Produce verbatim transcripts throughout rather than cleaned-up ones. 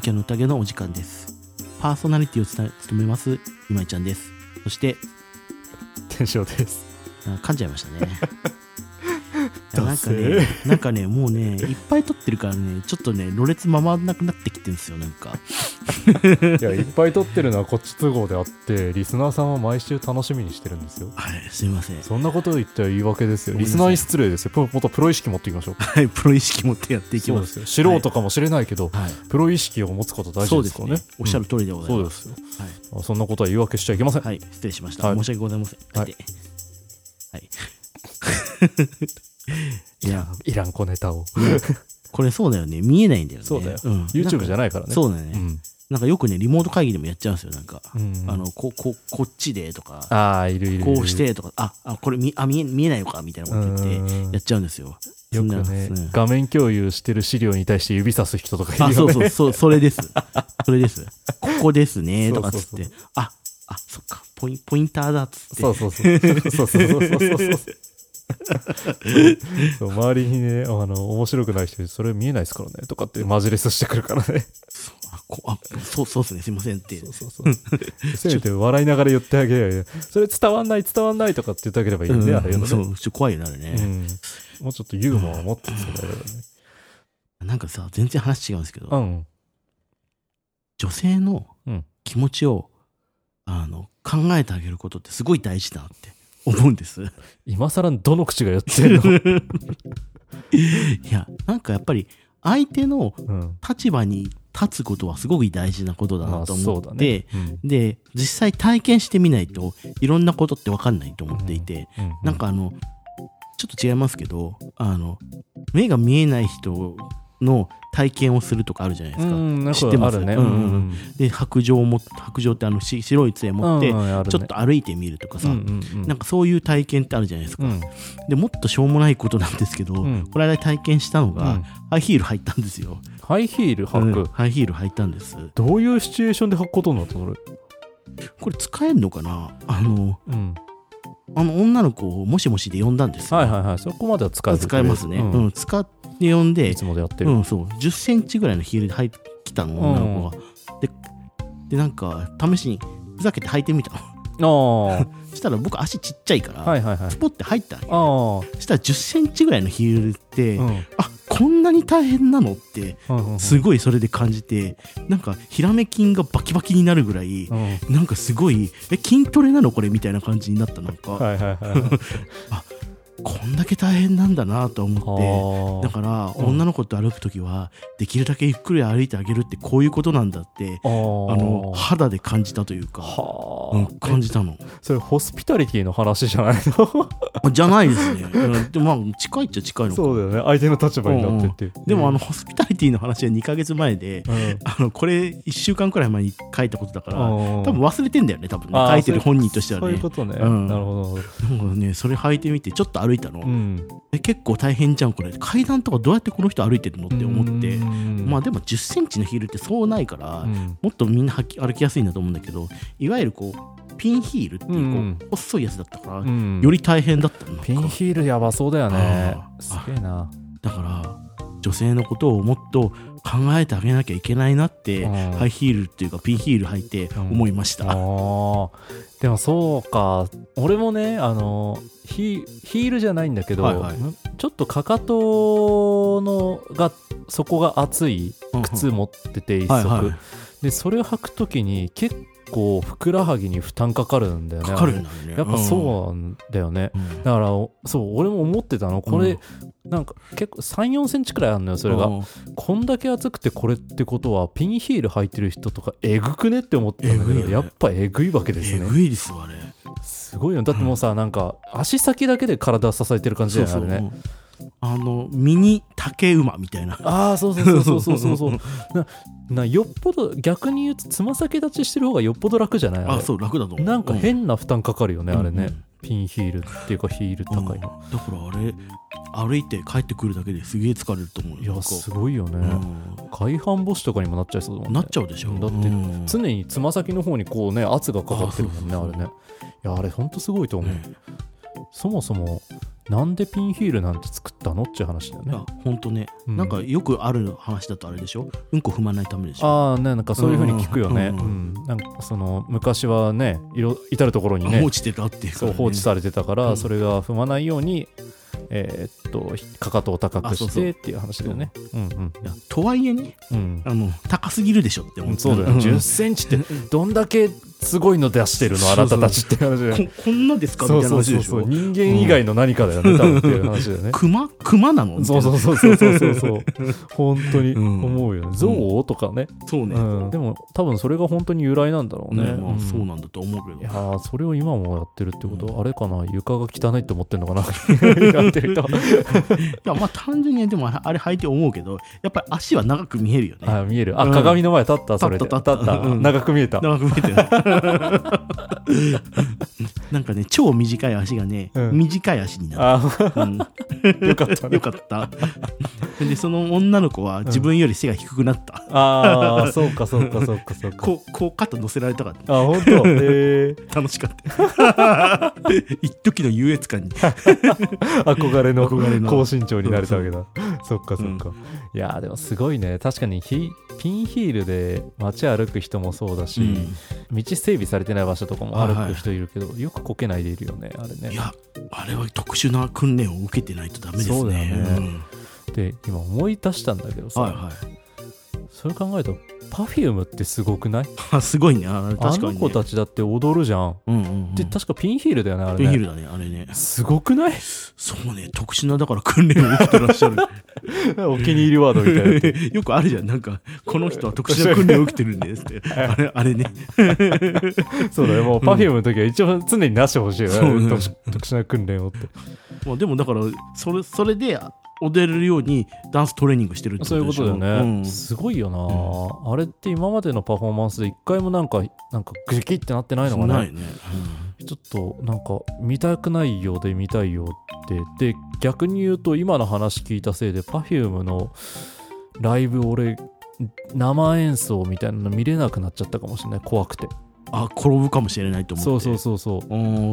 キャンの宴のお時間です。パーソナリティを務めます今井ちゃんです。そして天翔です。 噛んじゃいましたね。なんかね、なんかね、もうね、いっぱい撮ってるからね、ちょっとね、ろれつ回らなくなってきてるんですよ、なんか。 いや、いっぱい撮ってるのはこっち都合であって、リスナーさんは毎週楽しみにしてるんですよ。 はい、すいません。 そんなことを言っては言い訳ですよ。リスナーに失礼ですよ。もっとプロ意識持っていきましょう。 はい、プロ意識持ってやっていきます。 そうですよ。素人かもしれないけど、はい、プロ意識を持つこと大事ですからね。 そうですね。おっしゃる通りでございます。 うん、そうですよ、はい。そんなことは言い訳しちゃいけません。 はい、失礼しました。はい、申し訳ございません。はい。はい、 いや、いらん小ネタを。 これそうだよね。見えないんだよね。 そうだよ。うん、YouTube じゃないからね。 そうだよね。うん、なんかよくね、リモート会議でもやっちゃうんですよ。なんか、うん、あのこここっちでとか、 あ、いるいるいる、 こうしてとか、ああこれ見あ見え見えないのかみたいなこと言ってやっちゃうんですよ。 よくね、うん、画面共有してる資料に対して指さす人とかいるよね。 あ、そうそうそう、それです。それです。ここですねとかつって、そうそうそう、ああそっかポイポインターだっつって、 そうそうそうそうそうそうそうそうそう周りにね、あの面白くない人それ見えないですからねとかってマジレスしてくるからね。 あこあそうそうですね、すいませんって。そうそうそうせめて笑いながら言ってあげるよ。それ伝わんない伝わんないとかって言ってあげればいいね、うん、あれよね。 そうちょっと怖いよねあれね、うん、 もうちょっとユーモアを持ってつけられるね。 なんかさ、全然話違うんですけど、 うん、 女性の気持ちを、うん、あの考えてあげることってすごい大事だなって思うんです。 今更どの口が言ってんの？ いや、なんかやっぱり相手の立場に立つことはすごく大事なことだなと思って、うんね、うん、で実際体験してみないといろんなことって分かんないと思っていて、うんうんうん、なんかあのちょっと違いますけど、あの目が見えない人の体験をするとかあるじゃないですか。うん、知ってます？あるね。うんうん、で白杖をも白杖ってあの白い杖持って、うんね、ちょっと歩いてみるとかさ、うんうんうん、なんかそういう体験ってあるじゃないですか。うん、でもっとしょうもないことなんですけど、うん、この間体験したのが、うん、ハイヒール履いたんですよ。 ハイヒール履く、うん、 ハイヒール履いたんです。 どういうシチュエーションで履くことになったの？ これ使えるのかな。あの、うん、あの女の子をもしもしで呼んだんですよ。 はいはいはい、そこまでは使える。使えますね。うんうん、使って呼んで、 いつもでやってる。 うん、そう、じゅっセンチぐらいのヒールで履いてきたの、女の子が。で、でなんか試しにふざけて履いてみたの。あそしたら僕足ちっちゃいから、はいはいはい、スポッて入ったの。そしたらじゅっセンチぐらいのヒールって、うん、あこんなに大変なのってすごいそれで感じて、なんかヒラメ筋がバキバキになるぐらい、うん、なんかすごいえ筋トレなのこれみたいな感じになった。なんか、はいはいはい、あこんだけ大変なんだなと思って、だから女の子と歩くときはできるだけゆっくり歩いてあげるってこういうことなんだってあの肌で感じたというか、うん、感じたの。 それホスピタリティの話じゃないの？ じゃないですね。でもまあ近いっちゃ近いのか。 そうだよね、相手の立場になってって、 うんうん、でもあのホスピタリティの話はにかげつまえで、うん、あのこれいっしゅうかんくらい前に書いたことだから多分忘れてんだよね多分ね、書いてる本人としてはね。 そういうことね、うん、なるほど。 なんかねそれ履いてみてちょっと歩いたの、うん、え結構大変じゃんこれ、階段とかどうやってこの人歩いてるのって思って、まあでもじゅっセンチのヒールってそうないから、うん、もっとみんな歩き、歩きやすいんだと思うんだけど、いわゆるこうピンヒールっていう、 こう、うん、細いやつだったから、うん、より大変だったの。 ピンヒールやばそうだよね。すげえな。 だから女性のことをもっと考えてあげなきゃいけないなって、うん、ハイヒールっていうかピンヒール履いて思いました。うん、あでもそうか、俺もねあの ヒ, ヒールじゃないんだけど、はいはい、ちょっとかかとのがそこが厚い靴持ってて一足、はいはい、でそれを履くときに結構ふくらはぎに負担かかるんだよね。 かかるんだね。 やっぱそうなんだよね、うん、だからそう俺も思ってたのこれ、うん、なんか結構 さんよんセンチくらいあるのよそれが、うん、こんだけ厚くてこれってことはピンヒール履いてる人とかえぐくねって思ったんだけど、ね、やっぱえぐいわけですね。 えぐいですわね。 すごいよ。だってもうさ、うん、なんか足先だけで体支えてる感じだよね。そうそう、 あのミニ竹馬みたいな。 ああそうそうそうそうそうそうななよっぽど逆に言うとつま先立ちしてる方がよっぽど楽じゃない？ああそう楽だと思う。 なんか変な負担かかるよね、うん、あれね、うん、ピンヒールっていうかヒール高いの、 うん、だからあれ歩いて帰ってくるだけですげえ疲れると思う。 いやすごいよね、うん、外反母趾とかにもなっちゃいそうだもんね。 なっちゃうでしょ。 だって常につま先の方にこうね圧がかかってるもんね。 あ, あれねいやあれほんとすごいと思う、ね、そもそもなんでピンヒールなんて作ったのっていう話だよね。 いやほんとね、うん、なんかよくある話だとあれでしょ、うんこ踏まないためでしょ。 ああね、なんかそういう風に聞くよね、うんうんうん、なんかその昔はねいろ至るところにね放置してたっていうか、ね、 そう放置されてたから、うん、それが踏まないようにえー、っとかかとを高くしてっていう話だよね。うんうん、 いやとはいえね、うん、あの高すぎるでしょって思って。 そうだよ、じゅっセンチってどんだけすごいの出してるのあなたたちって話だよね。 こ, こんなですかみたいな話でしょ。そうそうそう、 人間以外の何かだよね、うん、多分っていう話だよね。 クマクマなの。 そうそうそうそうそうそうそう本当に思うよね。象、うん、とかね。 そうね、 うん、でも多分それが本当に由来なんだろうね。 ね、まあ、そうなんだと思うけど、 いやそれを今もやってるってことは、うん、あれかな、床が汚いって思ってんのかなやってる人いやまあ単純にでもあれ履いて思うけど、やっぱり足は長く見えるよね。 あ見える。あ、うん、鏡の前立った。それで立った立った、うん、長く見えた。 長く見えてるなんかね超短い足がね、うん、短い足になる。あ、うん、 よかった、ね、 よかったでその女の子は自分より背が低くなった、 うん、ああそうかそうかそうかそうかこうこう肩乗せられたかった。 あ本当へえ楽しかった一時の優越感に憧れの高身長になれたわけだ。そっかそっか、うん、いやでもすごいね。確かにヒピンヒールで街歩く人もそうだし、うん、道整備されてない場所とかも歩く人いるけど、はいはい、よくこけないでいるよねあれね。 いやあれは特殊な訓練を受けてないとダメですね。 そうだよね、うん、で今思い出したんだけどさ、はいはい、それ考えるとパフュームってすごくない？ あすごいね。あ、確かにね。 あの子たちだって踊るじゃん、うんうんうん、で確かピンヒールだよねあれね。 ピンヒールだねあれね。 すごくない？ そうね、特殊なだから訓練を受けてらっしゃるお気に入りワードみたいなよくあるじゃん。なんかこの人は特殊な訓練を受けてるんですってあれあれねそうだよ、もうパフュームの時は一応常になしてほしいよね、うん、特殊な訓練をって。 まあ、でもだからそれそれで踊れるようにダンストレーニングしてるってことでしょ。 そういうことだよね、うん、すごいよな、うん、あれって今までのパフォーマンスで一回もなんかなんかグキってなってないのかね。 ないね、 うん、ちょっとなんか見たくないようで見たいよってで逆に言うと今の話聞いたせいで Perfume のライブ俺生演奏みたいなの見れなくなっちゃったかもしれない。怖くて。 あ転ぶかもしれないと思って。 そうそうそうそう。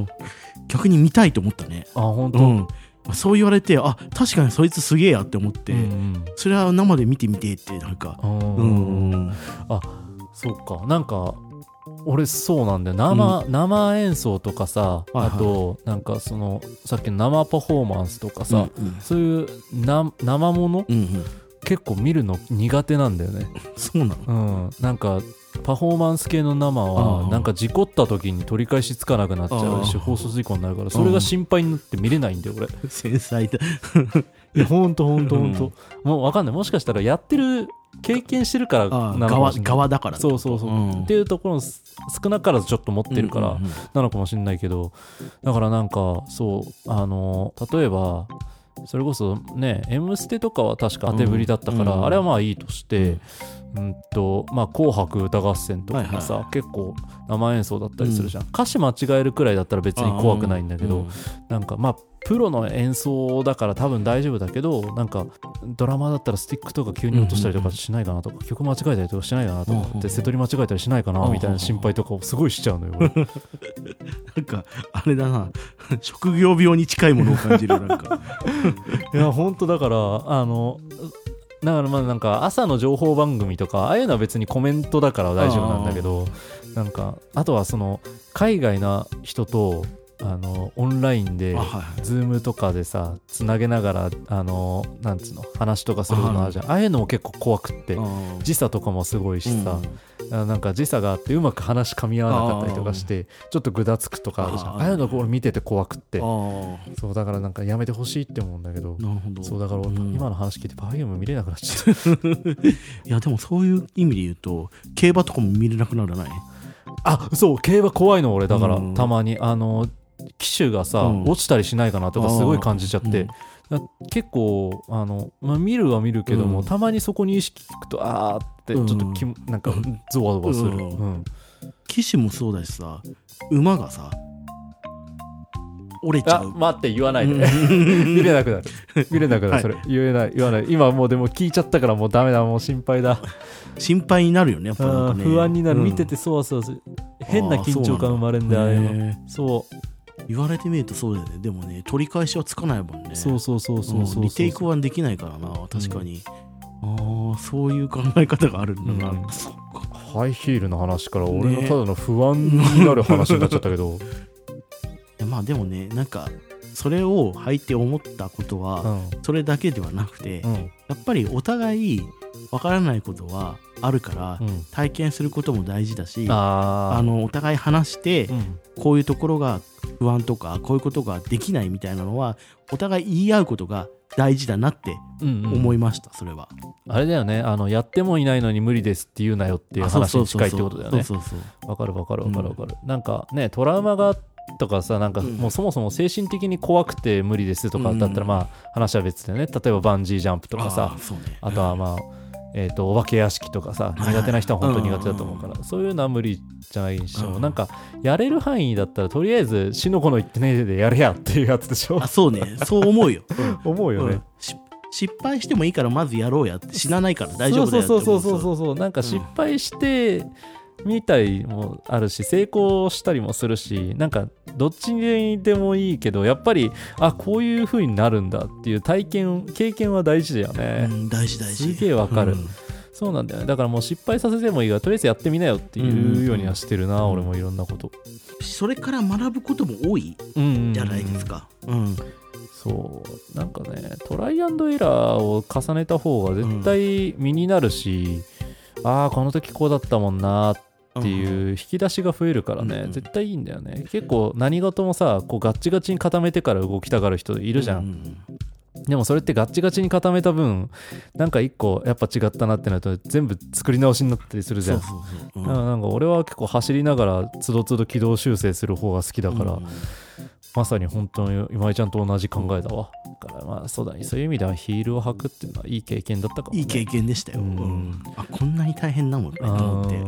逆に見たいと思ったね。 あ本当、 うん、そう言われてあ確かにそいつすげえやって思って、うんうん、それは生で見てみてってなんか、うんうん、 あそうかなんか俺そうなんだよ 生,、うん、生演奏とかさ、はいはい、あとなんかそのさっきの生パフォーマンスとかさ、うんうん、そういうな生もの、うんうん、結構見るの苦手なんだよね。 そうなの、 うん、なんかパフォーマンス系の生はなんか事故った時に取り返しつかなくなっちゃうし放送事故になるからそれが心配になって見れないんだよ俺。 繊細だいやほんとほんとほんともう分かんない。もしかしたらやってる経験してるからなのかもしれない。 側だからそうそうそう、うん、っていうところ少なからずちょっと持ってるからなのかもしれないけど、だからなんかそうあの例えばそれこそね M ステとかは確か当てぶりだったから、うん、あれはまあいいとして、うんうんとまあ、紅白歌合戦とかがさ、はいはい、結構生演奏だったりするじゃん、うん、歌詞間違えるくらいだったら別に怖くないんだけど、うん、なんかまあプロの演奏だから多分大丈夫だけどなんかドラマだったらスティックとか急に落としたりとかしないかなとか、うんうんうん、曲間違えたりとかしないかなとか、うんうん、で瀬戸り間違えたりしないかなみたいな心配とかをすごいしちゃうのよなんかあれだな職業病に近いものを感じるなんかいや本当だからあのだからまあなんか朝の情報番組とかああいうのは別にコメントだから大丈夫なんだけど、なんかあとはその海外の人とあのオンラインでズームとかでさつなげながらあのなんつうの話とかするのあるじゃん。ああいうのも結構怖くって時差とかもすごいしさ、うん、なんか時差があってうまく話噛み合わなかったりとかしてちょっとぐだつくとかあるじゃん。ああいうのこれ見てて怖くってそうだからなんかやめてほしいって思うんだけど、なるほど。そうだから、うん、今の話聞いてPerfume見れなくなっちゃういやでもそういう意味で言うと競馬とかも見れなくならない？ あそう競馬怖いの俺だから、うん、たまにあの機種がさ、うん、落ちたりしないかなとかすごい感じちゃって、うん、結構あの、まあ、見るは見るけども、うん、たまにそこに意識くとあーってちょっとき、うん、なんかゾワゾワする、うんうん、 機種もそうだしさ馬がさ折れちゃう。 あ待って言わないで見れなくなる見れなくなる、はい、それ言えない言わない今もうでも聞いちゃったからもうダメだもう心配だ心配になるよねやっぱなんかね。 不安になる、うん、見ててそうそうそう変な緊張感生まれんだよ。そう言われてみるとそうだよね。でもね取り返しはつかないもんね。 そうそうそうそうそう、うん、 リテイクはできないからな確かに、うん、ああそういう考え方があるんだな、うん、そっか。 ハイヒールの話から俺のただの不安になる話になっちゃったけど、ね、 いやまあでもねなんかそれを履いて思ったことは、うん、それだけではなくて、うん、やっぱりお互いわからないことはあるから、うん、体験することも大事だし、ああのお互い話して、うん、こういうところが不安とかこういうことができないみたいなのはお互い言い合うことが大事だなって思いました、うんうん、それはあれだよね、あのやってもいないのに無理ですって言うなよっていう話に近いってことだよね。わかるわかるわかるわかる、うん、なんかねトラウマがとかさなんかもうそもそも精神的に怖くて無理ですとかだったらまあ話は別だよね。例えばバンジージャンプとかさ あ,、ね、あとはまあえー、とお化け屋敷とかさ苦手な人は本当に苦手だと思うから、そういうのは無理じゃないでしょ、うん、なんかやれる範囲だったらとりあえず死の子の言ってねえでやれやっていうやつでしょ。 あそうねそう思うよ、 うん、思うよね、うん、 失敗してもいいからまずやろうやって死なないから大丈夫だよって思う。そうそうそうそうそうなんか失敗してみたいもあるし成功したりもするしなんかどっちにでもいいけどやっぱりあこういう風になるんだっていう体験経験は大事だよね、 うん、大事大事すげえわかる、うん、そうなんだよね。だからもう失敗させてもいいからとりあえずやってみなよっていうようにはしてるな、うん、俺もいろんなこと。 それから学ぶことも多いじゃないですか、うんうんうん、 そうなんかねトライアンドエラーを重ねた方が絶対身になるし、うん、ああこの時こうだったもんなっていう引き出しが増えるからね、うん、絶対いいんだよね。結構何事もさこうガッチガチに固めてから動きたがる人いるじゃん、うんうん、でもそれってガッチガチに固めた分なんか一個やっぱ違ったなってなると全部作り直しになったりするじゃん。そうそうそう、うん、なんか俺は結構走りながらつどつど軌道修正する方が好きだから、うん、まさに本当に今井ちゃんと同じ考えだわ。だからまあそうだねそういう意味ではヒールを履くっていうのはいい経験だったかもね。 いい経験でしたよ、うん、あこんなに大変なもんねと思って、うん、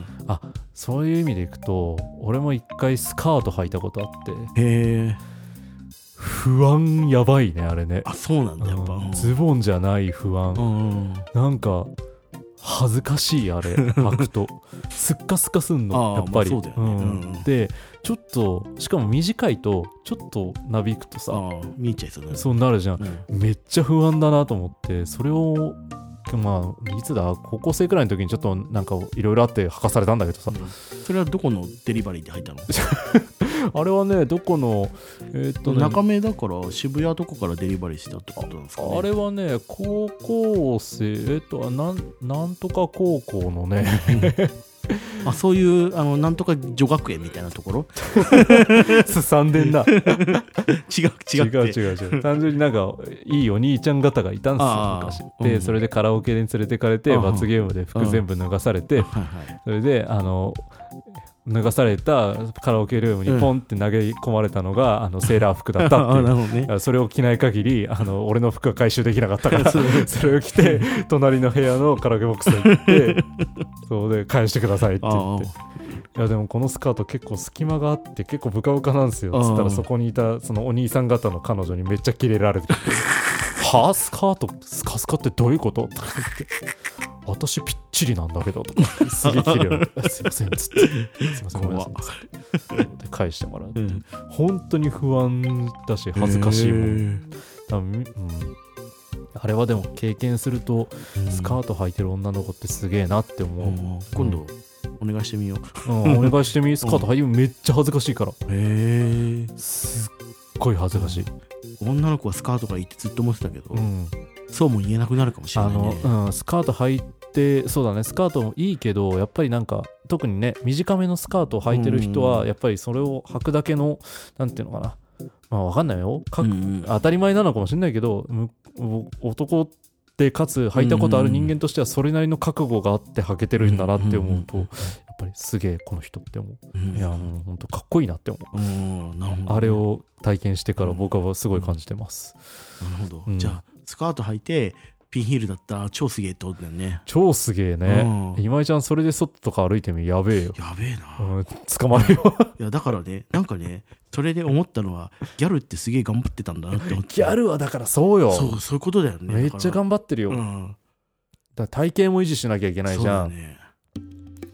あそういう意味でいくと俺も一回スカート履いたことあって。 へえ不安やばいねあれね。 あそうなんだやっぱ、うん、 ズボンじゃない不安、うん、なんか恥ずかしいあれ履くとすっかすかすんのやっぱり、まあそうだよねうんうん、でちょっとしかも短いとちょっとなびくとさ見えちゃいそうだね。 そうなるじゃん、うん、めっちゃ不安だなと思ってそれをまあいつだ高校生くらいの時にちょっとなんかいろいろあって履かされたんだけどさ、うん、 それはどこのデリバリーで入ったのあれはねどこのえー、っとね中目だから渋谷とかからデリバリーしたってことなんですかね。 あ, あれはね高校生えー、っとなんなんとか高校のねあそういうあのなんとか女学園みたいなところすさんでんな違う違う違う違う違う単純になんかいいお兄ちゃん方がいたんですよ昔で、うん、それでカラオケに連れてかれて罰ゲームで服全部脱がされて、それであの脱がされたカラオケルームにポンって投げ込まれたのが、うん、あのセーラー服だったっていう、ね、それを着ない限りあの俺の服が回収できなかったからそれを着て隣の部屋のカラオケボックスに行ってそうで返してくださいって言っていやでもこのスカート結構隙間があって結構ブカブカなんですよつったらそこにいたそのお兄さん方の彼女にめっちゃキレられてはぁスカートスカスカってどういうことって言って私ぴっちりなんだけどとかすげえキレられてすいませんつってすいませんごめんなさいで返してもらうって、うん、本当に不安だし恥ずかしいもん、うん、あれはでも経験するとスカート履いてる女の子ってすげえなって思う、うん、 今度お願いしてみよう、 うん、お願いしてみスカート履いてめっちゃ恥ずかしいからへえすっごい恥ずかしい。 女の子はスカートがいいってずっと思ってたけど、うん、そうも言えなくなるかもしれないね。 あの、うん、スカート履いてそうだねスカートもいいけどやっぱりなんか特にね短めのスカートを履いてる人はやっぱりそれを履くだけのなんていうのかなまあ分かんないよか、うん、当たり前なのかもしれないけど男でかつ履いたことある人間としてはそれなりの覚悟があって履けてるんだなって思うとやっぱりすげえこの人って思う、うん、いやもうほんとかっこいいなって思う、うん、なるほどね、あれを体験してから僕はすごい感じてます、 うん、なるほど、うん、じゃあスカート履いてピンヒールだったら超すげえってことだよね。 超すげえね、うん、今井ちゃんそれで外とか歩いてみやべえよ。 やべえな、 うん、捕まるよいやだからねなんかねそれで思ったのはギャルってすげえ頑張ってたんだなって思ってギャルはだからそうよそうそういうことだよね。 めっちゃ頑張ってるよ、うん、だから体型も維持しなきゃいけないじゃん。そうだね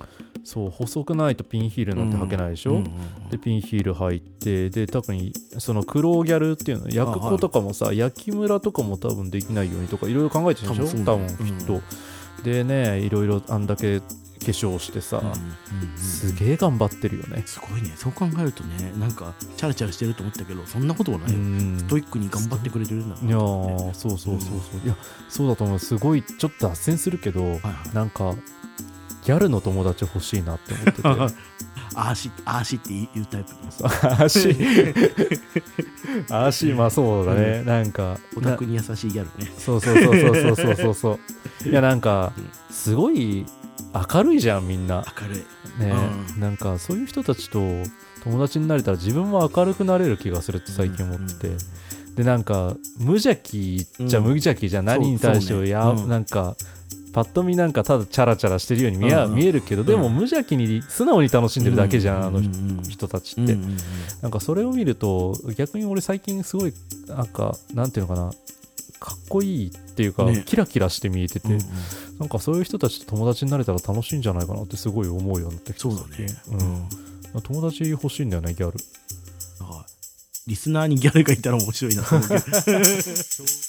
そう細くないとピンヒールなんて履けないでしょ、うんうんうん、でピンヒール履いてで多分その黒ギャルっていうの焼く子とかもさ、はい、焼きムラとかも多分できないようにとかいろいろ考えてるでしょ多分きっと、うん、でねいろいろあんだけ化粧してさ、うんうんうん、すげえ頑張ってるよね。 すごいね。そう考えるとねなんかチャラチャラしてると思ったけどそんなことはないよ、うん、ストイックに頑張ってくれてるんだ、ね、 いやそうそうそうそう、うん、いやそうだと思う。すごいちょっと脱線するけど、はいはい、なんかギャルの友達欲しいなって思っててあーしあーしっていうタイプのあーしあーしまあそうだね、うん、なんかオタクに優しいギャルね。 そうそうそうそうそうそうそういやなんかすごい明るいじゃんみんな。 明るいね、うん、なんかそういう人たちと友達になれたら自分も明るくなれる気がするって最近思ってて、うんうんうん、でなんか無邪気じゃ無邪気じゃ何に対してもや、ねうん、なんかパッと見なんかただチャラチャラしてるように見え、うんうん、見えるけどでも無邪気に素直に楽しんでるだけじゃん、うん、あの人たちって、うんうん、なんかそれを見ると逆に俺最近すごいなんかなんていうのかなかっこいいっていうか、ね、キラキラして見えてて、うんうん、なんかそういう人たちと友達になれたら楽しいんじゃないかなってすごい思うようになってきて。 そうだね、 うん、友達欲しいんだよねギャル。 リスナーにギャルがいたら面白いなと思うけど